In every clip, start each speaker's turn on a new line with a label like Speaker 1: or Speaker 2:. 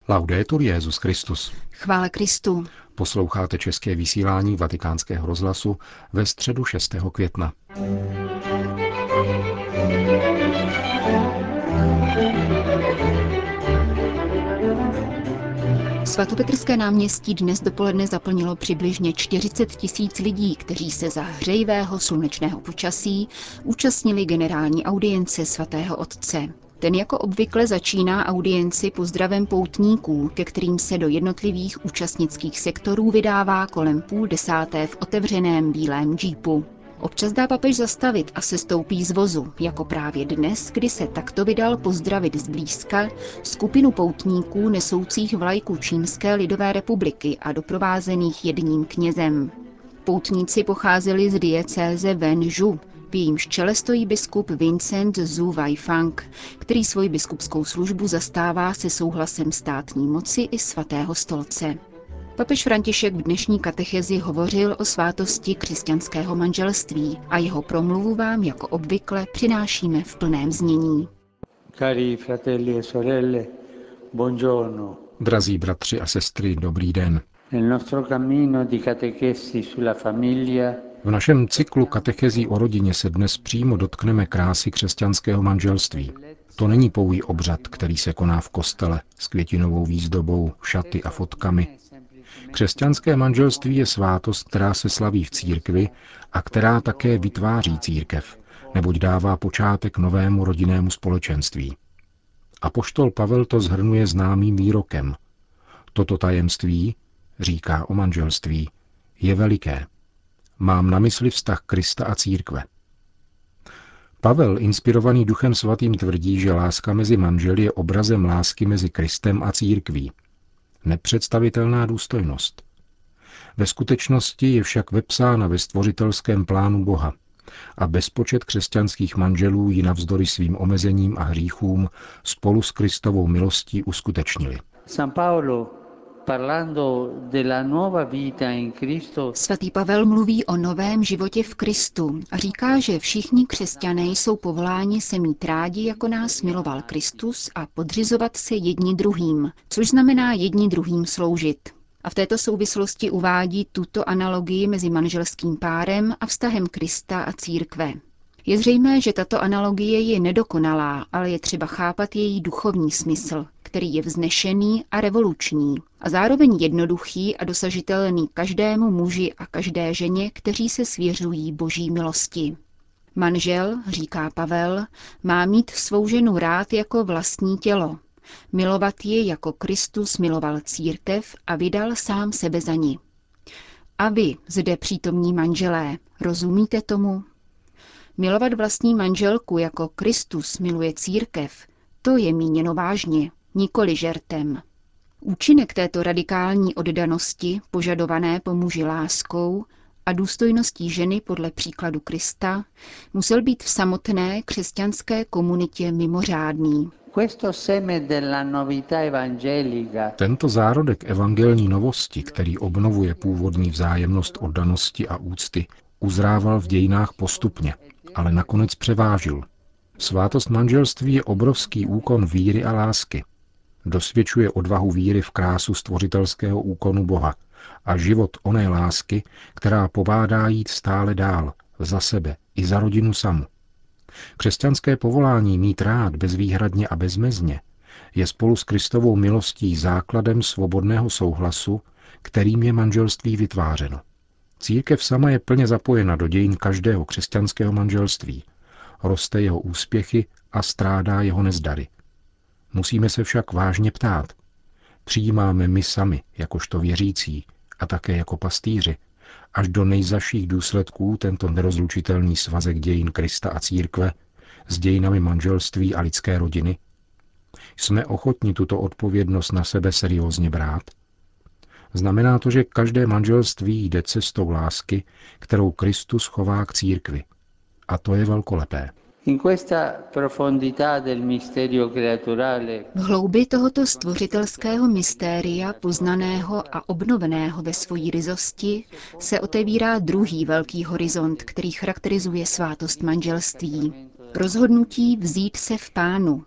Speaker 1: Laudetur Jesus Christus.
Speaker 2: Chvála Kristu.
Speaker 1: Posloucháte české vysílání Vatikánského rozhlasu ve středu 6. května.
Speaker 2: Svatopetrské náměstí dnes dopoledne zaplnilo přibližně 40 000 lidí, kteří se za hřejivého slunečného počasí účastnili generální audience svatého otce. Ten jako obvykle začíná audienci pozdravem poutníků, ke kterým se do jednotlivých účastnických sektorů vydává kolem 9:30 v otevřeném bílém džípu. Občas dá papež zastavit a sestoupí z vozu, jako právě dnes, kdy se takto vydal pozdravit zblízka skupinu poutníků nesoucích vlajku Čínské lidové republiky a doprovázených jedním knězem. Poutníci pocházeli z diecéze Wenzhou, v jejímž čele stojí biskup Vincent Zhu Weifang, který svoji biskupskou službu zastává se souhlasem státní moci i svatého stolce. Papež František v dnešní katechezi hovořil o svátosti křesťanského manželství a jeho promluvu vám jako obvykle přinášíme v plném znění.
Speaker 3: Cari fratelli e sorelle, buongiorno.
Speaker 1: Drazí bratři a sestry, dobrý den.
Speaker 3: Nel nostro cammino di catechesi sulla famiglia
Speaker 1: V našem cyklu katechezí o rodině se dnes přímo dotkneme krásy křesťanského manželství. To není pouhý obřad, který se koná v kostele s květinovou výzdobou, šaty a fotkami. Křesťanské manželství je svátost, která se slaví v církvi a která také vytváří církev, neboť dává počátek novému rodinnému společenství. Apoštol Pavel to shrnuje známým výrokem. Toto tajemství, říká o manželství, je veliké. Mám na mysli vztah Krista a církve. Pavel, inspirovaný Duchem svatým, tvrdí, že láska mezi manželi je obrazem lásky mezi Kristem a církví. Nepředstavitelná důstojnost. Ve skutečnosti je však vepsána ve stvořitelském plánu Boha a bezpočet křesťanských manželů ji navzdory svým omezením a hříchům spolu s Kristovou milostí uskutečnili.
Speaker 2: Svatý Pavel mluví o novém životě v Kristu a říká, že všichni křesťané jsou povoláni se mít rádi, jako nás miloval Kristus, a podřizovat se jedni druhým, což znamená jedni druhým sloužit. A v této souvislosti uvádí tuto analogii mezi manželským párem a vztahem Krista a církve. Je zřejmé, že tato analogie je nedokonalá, ale je třeba chápat její duchovní smysl, který je vznešený a revoluční a zároveň jednoduchý a dosažitelný každému muži a každé ženě, kteří se svěřují Boží milosti. Manžel, říká Pavel, má mít svou ženu rád jako vlastní tělo, milovat ji, jako Kristus miloval církev a vydal sám sebe za ni. A vy, zde přítomní manželé, rozumíte tomu? Milovat vlastní manželku, jako Kristus miluje církev, to je míněno vážně, nikoli žertem. Účinek této radikální oddanosti, požadované po muži láskou a důstojností ženy podle příkladu Krista, musel být v samotné křesťanské komunitě mimořádný.
Speaker 1: Tento zárodek evangelní novosti, který obnovuje původní vzájemnost oddanosti a úcty, uzrával v dějinách postupně, ale nakonec převážil. Svátost manželství je obrovský úkon víry a lásky. Dosvědčuje odvahu víry v krásu stvořitelského úkonu Boha a život oné lásky, která pobádá jít stále dál, za sebe i za rodinu samu. Křesťanské povolání mít rád bezvýhradně a bezmezně je spolu s Kristovou milostí základem svobodného souhlasu, kterým je manželství vytvářeno. Církev sama je plně zapojena do dějin každého křesťanského manželství. Roste jeho úspěchy a strádá jeho nezdary. Musíme se však vážně ptát. Přijímáme my sami, jakožto věřící a také jako pastýři, až do nejzazších důsledků tento nerozlučitelný svazek dějin Krista a církve s dějinami manželství a lidské rodiny? Jsme ochotni tuto odpovědnost na sebe seriózně brát? Znamená to, že každé manželství jde cestou lásky, kterou Kristus chová k církvi. A to je velkolepé.
Speaker 2: V hloubi tohoto stvořitelského mystéria, poznaného a obnoveného ve svojí ryzosti, se otevírá druhý velký horizont, který charakterizuje svátost manželství. Rozhodnutí vzít se v Pánu,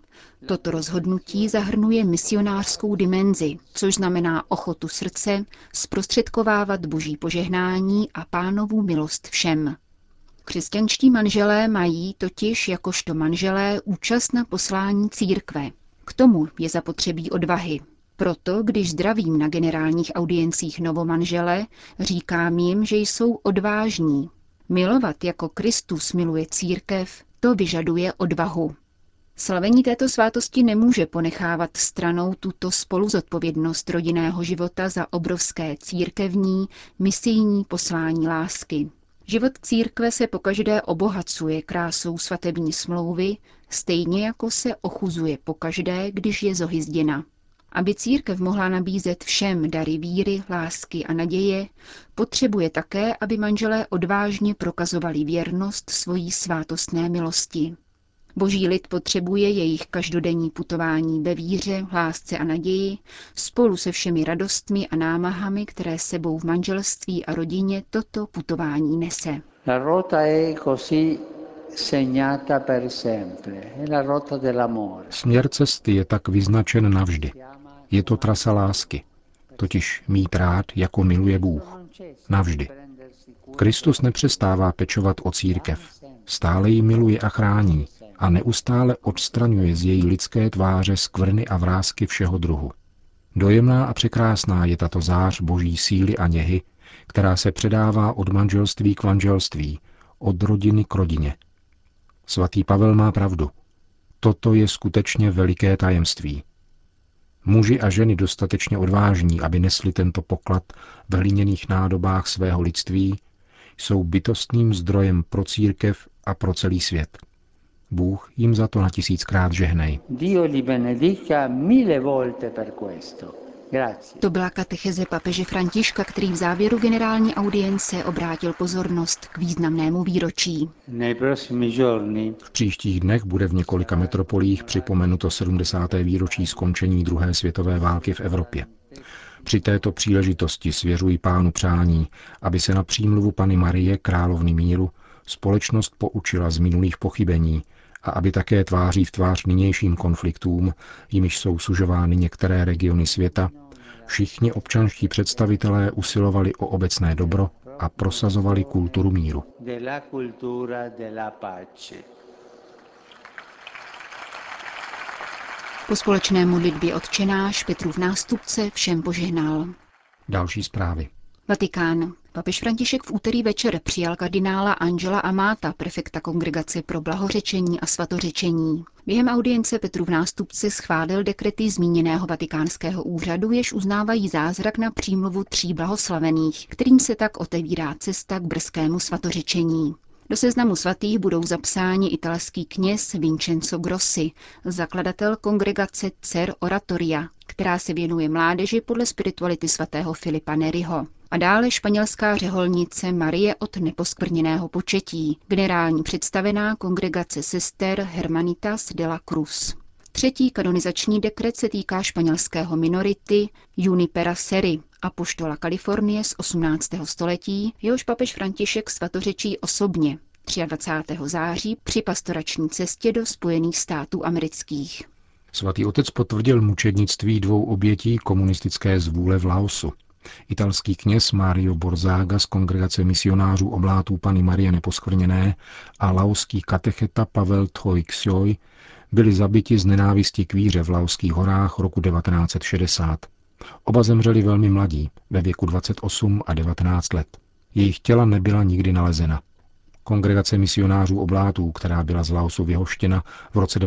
Speaker 2: Toto rozhodnutí zahrnuje misionářskou dimenzi, což znamená ochotu srdce zprostředkovávat boží požehnání a Pánovu milost všem. Křesťanští manželé mají totiž jakožto manželé účast na poslání církve. K tomu je zapotřebí odvahy. Proto, když zdravím na generálních audiencích novomanžele, říkám jim, že jsou odvážní. Milovat jako Kristus miluje církev, to vyžaduje odvahu. Slavení této svátosti nemůže ponechávat stranou tuto spoluzodpovědnost rodinného života za obrovské církevní, misijní poslání lásky. Život církve se pokaždé obohacuje krásou svatební smlouvy, stejně jako se ochuzuje pokaždé, když je zohyzděna. Aby církev mohla nabízet všem dary víry, lásky a naděje, potřebuje také, aby manželé odvážně prokazovali věrnost svojí svátostné milosti. Boží lid potřebuje jejich každodenní putování ve víře, lásce a naději, spolu se všemi radostmi a námahami, které sebou v manželství a rodině toto putování nese.
Speaker 3: La rota è così segnata per sempre, è la rota dell'amore.
Speaker 1: Směr cesty je tak vyznačen navždy. Je to trasa lásky, totiž mít rád, jako miluje Bůh. Navždy. Kristus nepřestává pečovat o církev. Stále ji miluje a chrání a neustále odstraňuje z její lidské tváře skvrny a vrásky všeho druhu. Dojemná a překrásná je tato zář boží síly a něhy, která se předává od manželství k manželství, od rodiny k rodině. Svatý Pavel má pravdu. Toto je skutečně veliké tajemství. Muži a ženy dostatečně odvážní, aby nesli tento poklad v hliněných nádobách svého lidství, jsou bytostným zdrojem pro církev a pro celý svět. Bůh jim za to na 1000krát žehnej.
Speaker 2: To byla katecheze papeže Františka, který v závěru generální audience obrátil pozornost k významnému výročí.
Speaker 1: V příštích dnech bude v několika metropolích připomenuto 70. výročí skončení druhé světové války v Evropě. Při této příležitosti svěřuji Pánu přání, aby se na přímluvu Panny Marie, královny míru, společnost poučila z minulých pochybení a aby také tváří v tvář nynějším konfliktům, jimiž jsou sužovány některé regiony světa, všichni občanští představitelé usilovali o obecné dobro a prosazovali kulturu míru.
Speaker 2: Po společné modlitbě Otčenáš Petrův nástupce všem požehnal.
Speaker 1: Další zprávy.
Speaker 2: Vatikán. Papež František v úterý večer přijal kardinála Angela Amata, prefekta Kongregace pro blahořečení a svatořečení. Během audience Petrův nástupce schválil dekrety zmíněného vatikánského úřadu, jež uznávají zázrak na přímluvu 3 blahoslavených, kterým se tak otevírá cesta k brzkému svatořečení. Do seznamu svatých budou zapsáni italský kněz Vincenzo Grossi, zakladatel kongregace Cer Oratoria, která se věnuje mládeži podle spirituality svatého Filipa Neriho. A dále španělská řeholnice Marie od neposkvrněného početí, generální představená kongregace sester Hermanitas de la Cruz. 3. kanonizační dekret se týká španělského minority Junipera Seri, apoštola Kalifornie z 18. století, jehož papež František svatořečí osobně 23. září při pastorační cestě do Spojených států amerických.
Speaker 1: Svatý otec potvrdil mučednictví 2 obětí komunistické zvůle v Laosu. Italský kněz Mario Borzaga z kongregace misionářů oblátů Panny Marie Neposkvrněné a laoský katecheta Pavel Thoi Xioi byli zabiti z nenávisti k víře v Laoských horách roku 1960. Oba zemřeli velmi mladí, ve věku 28 a 19 let. Jejich těla nebyla nikdy nalezena. Kongregace misionářů oblátů, která byla z Laosu vyhoštěna v roce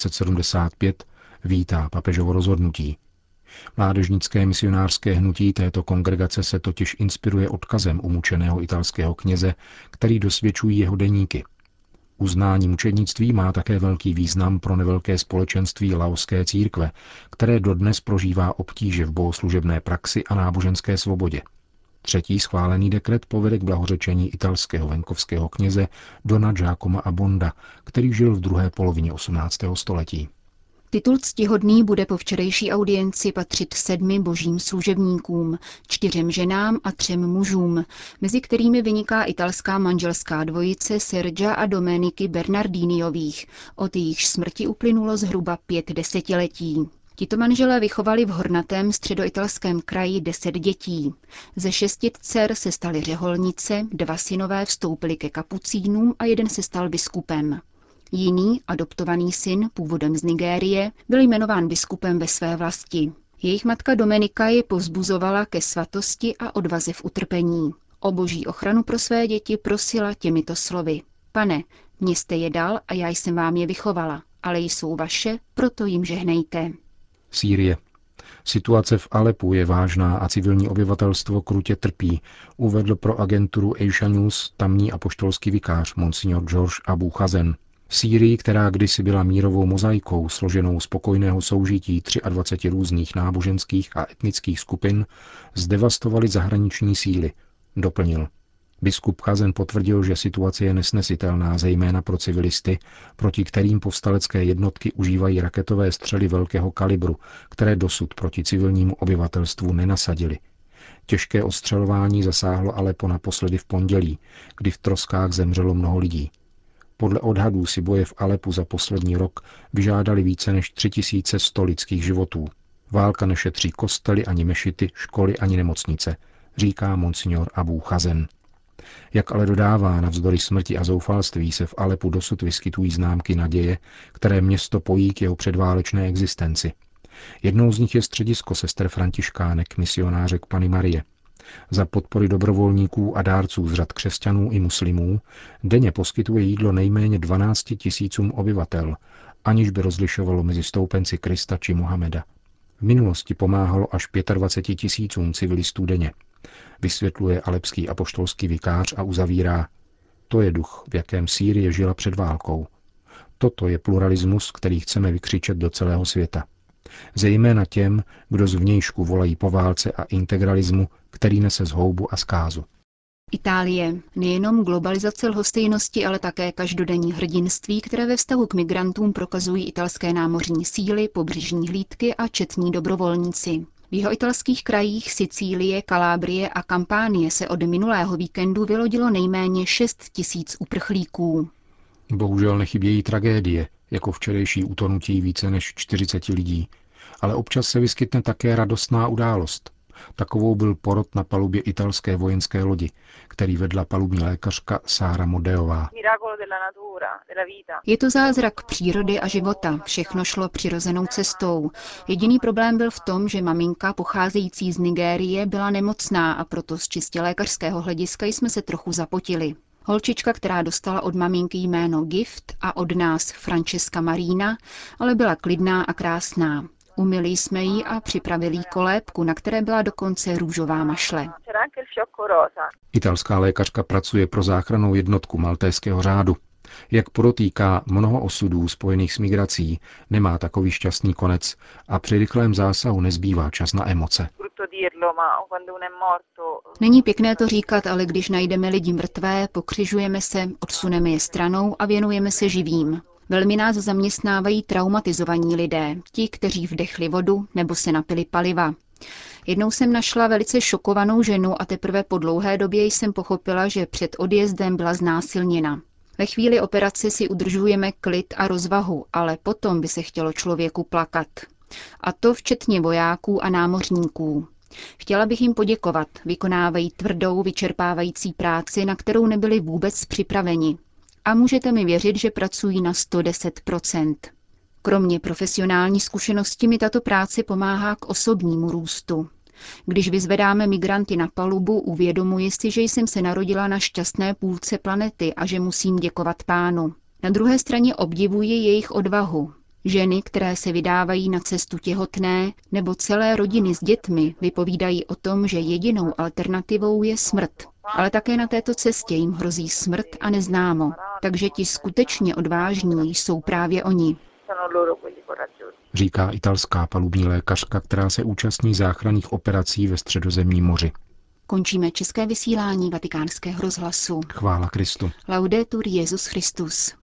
Speaker 1: 1975, vítá papežovo rozhodnutí. Mládežnické misionářské hnutí této kongregace se totiž inspiruje odkazem umučeného italského kněze, který dosvědčují jeho deníky. Uznání mučednictví má také velký význam pro nevelké společenství laoské církve, které dodnes prožívá obtíže v bohoslužebné praxi a náboženské svobodě. 3. schválený dekret povede k blahořečení italského venkovského kněze Dona Giacoma Abbonda, který žil v druhé polovině 18. století.
Speaker 2: Titul ctihodný bude po včerejší audienci patřit 7 božím služebníkům, 4 ženám a 3 mužům, mezi kterými vyniká italská manželská dvojice Sergia a Domeniky Bernardiniových, od jejichž smrti uplynulo zhruba 5 desetiletí. Tito manželé vychovali v hornatém středoitalském kraji 10 dětí. Ze 6 dcer se staly řeholnice, 2 synové vstoupili ke kapucínům a 1 se stal biskupem. Jiný, adoptovaný syn, původem z Nigérie, byl jmenován biskupem ve své vlasti. Jejich matka Domenika je povzbuzovala ke svatosti a odvaze v utrpení. O boží ochranu pro své děti prosila těmito slovy. Pane, mě jste je dal a já jsem vám je vychovala, ale jsou vaše, proto jim žehnejte.
Speaker 1: Sýrie. Situace v Alepu je vážná a civilní obyvatelstvo krutě trpí, uvedl pro agenturu Asia News tamní apoštolský vikář monsignor George Abu Chazen. Sýrii, která kdysi byla mírovou mozaikou složenou z pokojného soužití 23 různých náboženských a etnických skupin, zdevastovaly zahraniční síly, doplnil. Biskup Chazen potvrdil, že situace je nesnesitelná zejména pro civilisty, proti kterým povstalecké jednotky užívají raketové střely velkého kalibru, které dosud proti civilnímu obyvatelstvu nenasadily. Těžké ostřelování zasáhlo Alepo naposledy v pondělí, kdy v troskách zemřelo mnoho lidí. Podle odhadů si boje v Alepu za poslední rok vyžádali více než 3100 lidských životů. Válka nešetří kostely ani mešity, školy ani nemocnice, říká monsignor Abu Chazen. Jak ale dodává, navzdory smrti a zoufalství se v Alepu dosud vyskytují známky naděje, které město pojí k jeho předválečné existenci. Jednou z nich je středisko sester františkánek, misionářek Panny Marie. Za podpory dobrovolníků a dárců z řad křesťanů i muslimů denně poskytuje jídlo nejméně 12 000 obyvatel, aniž by rozlišovalo mezi stoupenci Krista či Mohameda. V minulosti pomáhalo až 25 000 civilistů denně, vysvětluje alepský apoštolský vikář a uzavírá. To je duch, v jakém Sýrie žila před válkou. Toto je pluralismus, který chceme vykřičet do celého světa. Zejména těm, kdo zvnějšku volají po válce a integralismu, který nese zhoubu a zkázu.
Speaker 2: Itálie. Nejenom globalizace lhostejnosti, ale také každodenní hrdinství, které ve vztahu k migrantům prokazují italské námořní síly, pobřežní hlídky a četní dobrovolníci. V jihoitalských krajích Sicílie, Kalábrie a Kampánie se od minulého víkendu vylodilo nejméně 6 000 uprchlíků.
Speaker 1: Bohužel nechybějí tragédie, jako včerejší utonutí více než 40 lidí, ale občas se vyskytne také radostná událost. Takovou byl porod na palubě italské vojenské lodi, který vedla palubní lékařka Sara Modeová.
Speaker 2: Je to zázrak přírody a života, všechno šlo přirozenou cestou. Jediný problém byl v tom, že maminka pocházející z Nigérie byla nemocná a proto z čistě lékařského hlediska jsme se trochu zapotili. Holčička, která dostala od maminky jméno Gift a od nás Francesca Marina, ale byla klidná a krásná. Umyli jsme ji a připravili jí kolébku, na které byla dokonce růžová mašle.
Speaker 1: Italská lékařka pracuje pro záchrannou jednotku maltéského řádu. Jak podotýká, mnoho osudů spojených s migrací nemá takový šťastný konec a při rychlém zásahu nezbývá čas na emoce.
Speaker 2: Není pěkné to říkat, ale když najdeme lidi mrtvé, pokřižujeme se, odsuneme je stranou a věnujeme se živým. Velmi nás zaměstnávají traumatizovaní lidé, ti, kteří vdechli vodu nebo se napili paliva. Jednou jsem našla velice šokovanou ženu a teprve po dlouhé době jsem pochopila, že před odjezdem byla znásilněna. Ve chvíli operace si udržujeme klid a rozvahu, ale potom by se chtělo člověku plakat. A to včetně vojáků a námořníků. Chtěla bych jim poděkovat, vykonávají tvrdou, vyčerpávající práci, na kterou nebyli vůbec připraveni. A můžete mi věřit, že pracují na 110%. Kromě profesionální zkušenosti mi tato práce pomáhá k osobnímu růstu. Když vyzvedáme migranty na palubu, uvědomuji si, že jsem se narodila na šťastné půlce planety a že musím děkovat Pánu. Na druhé straně obdivuji jejich odvahu. Ženy, které se vydávají na cestu těhotné, nebo celé rodiny s dětmi vypovídají o tom, že jedinou alternativou je smrt. Ale také na této cestě jim hrozí smrt a neznámo. Takže ti skutečně odvážní jsou právě oni.
Speaker 1: Říká italská palubní lékařka, která se účastní záchranných operací ve Středozemním moři.
Speaker 2: Končíme české vysílání Vatikánského rozhlasu.
Speaker 1: Chvála Kristu.
Speaker 2: Laudetur Jesus Christus.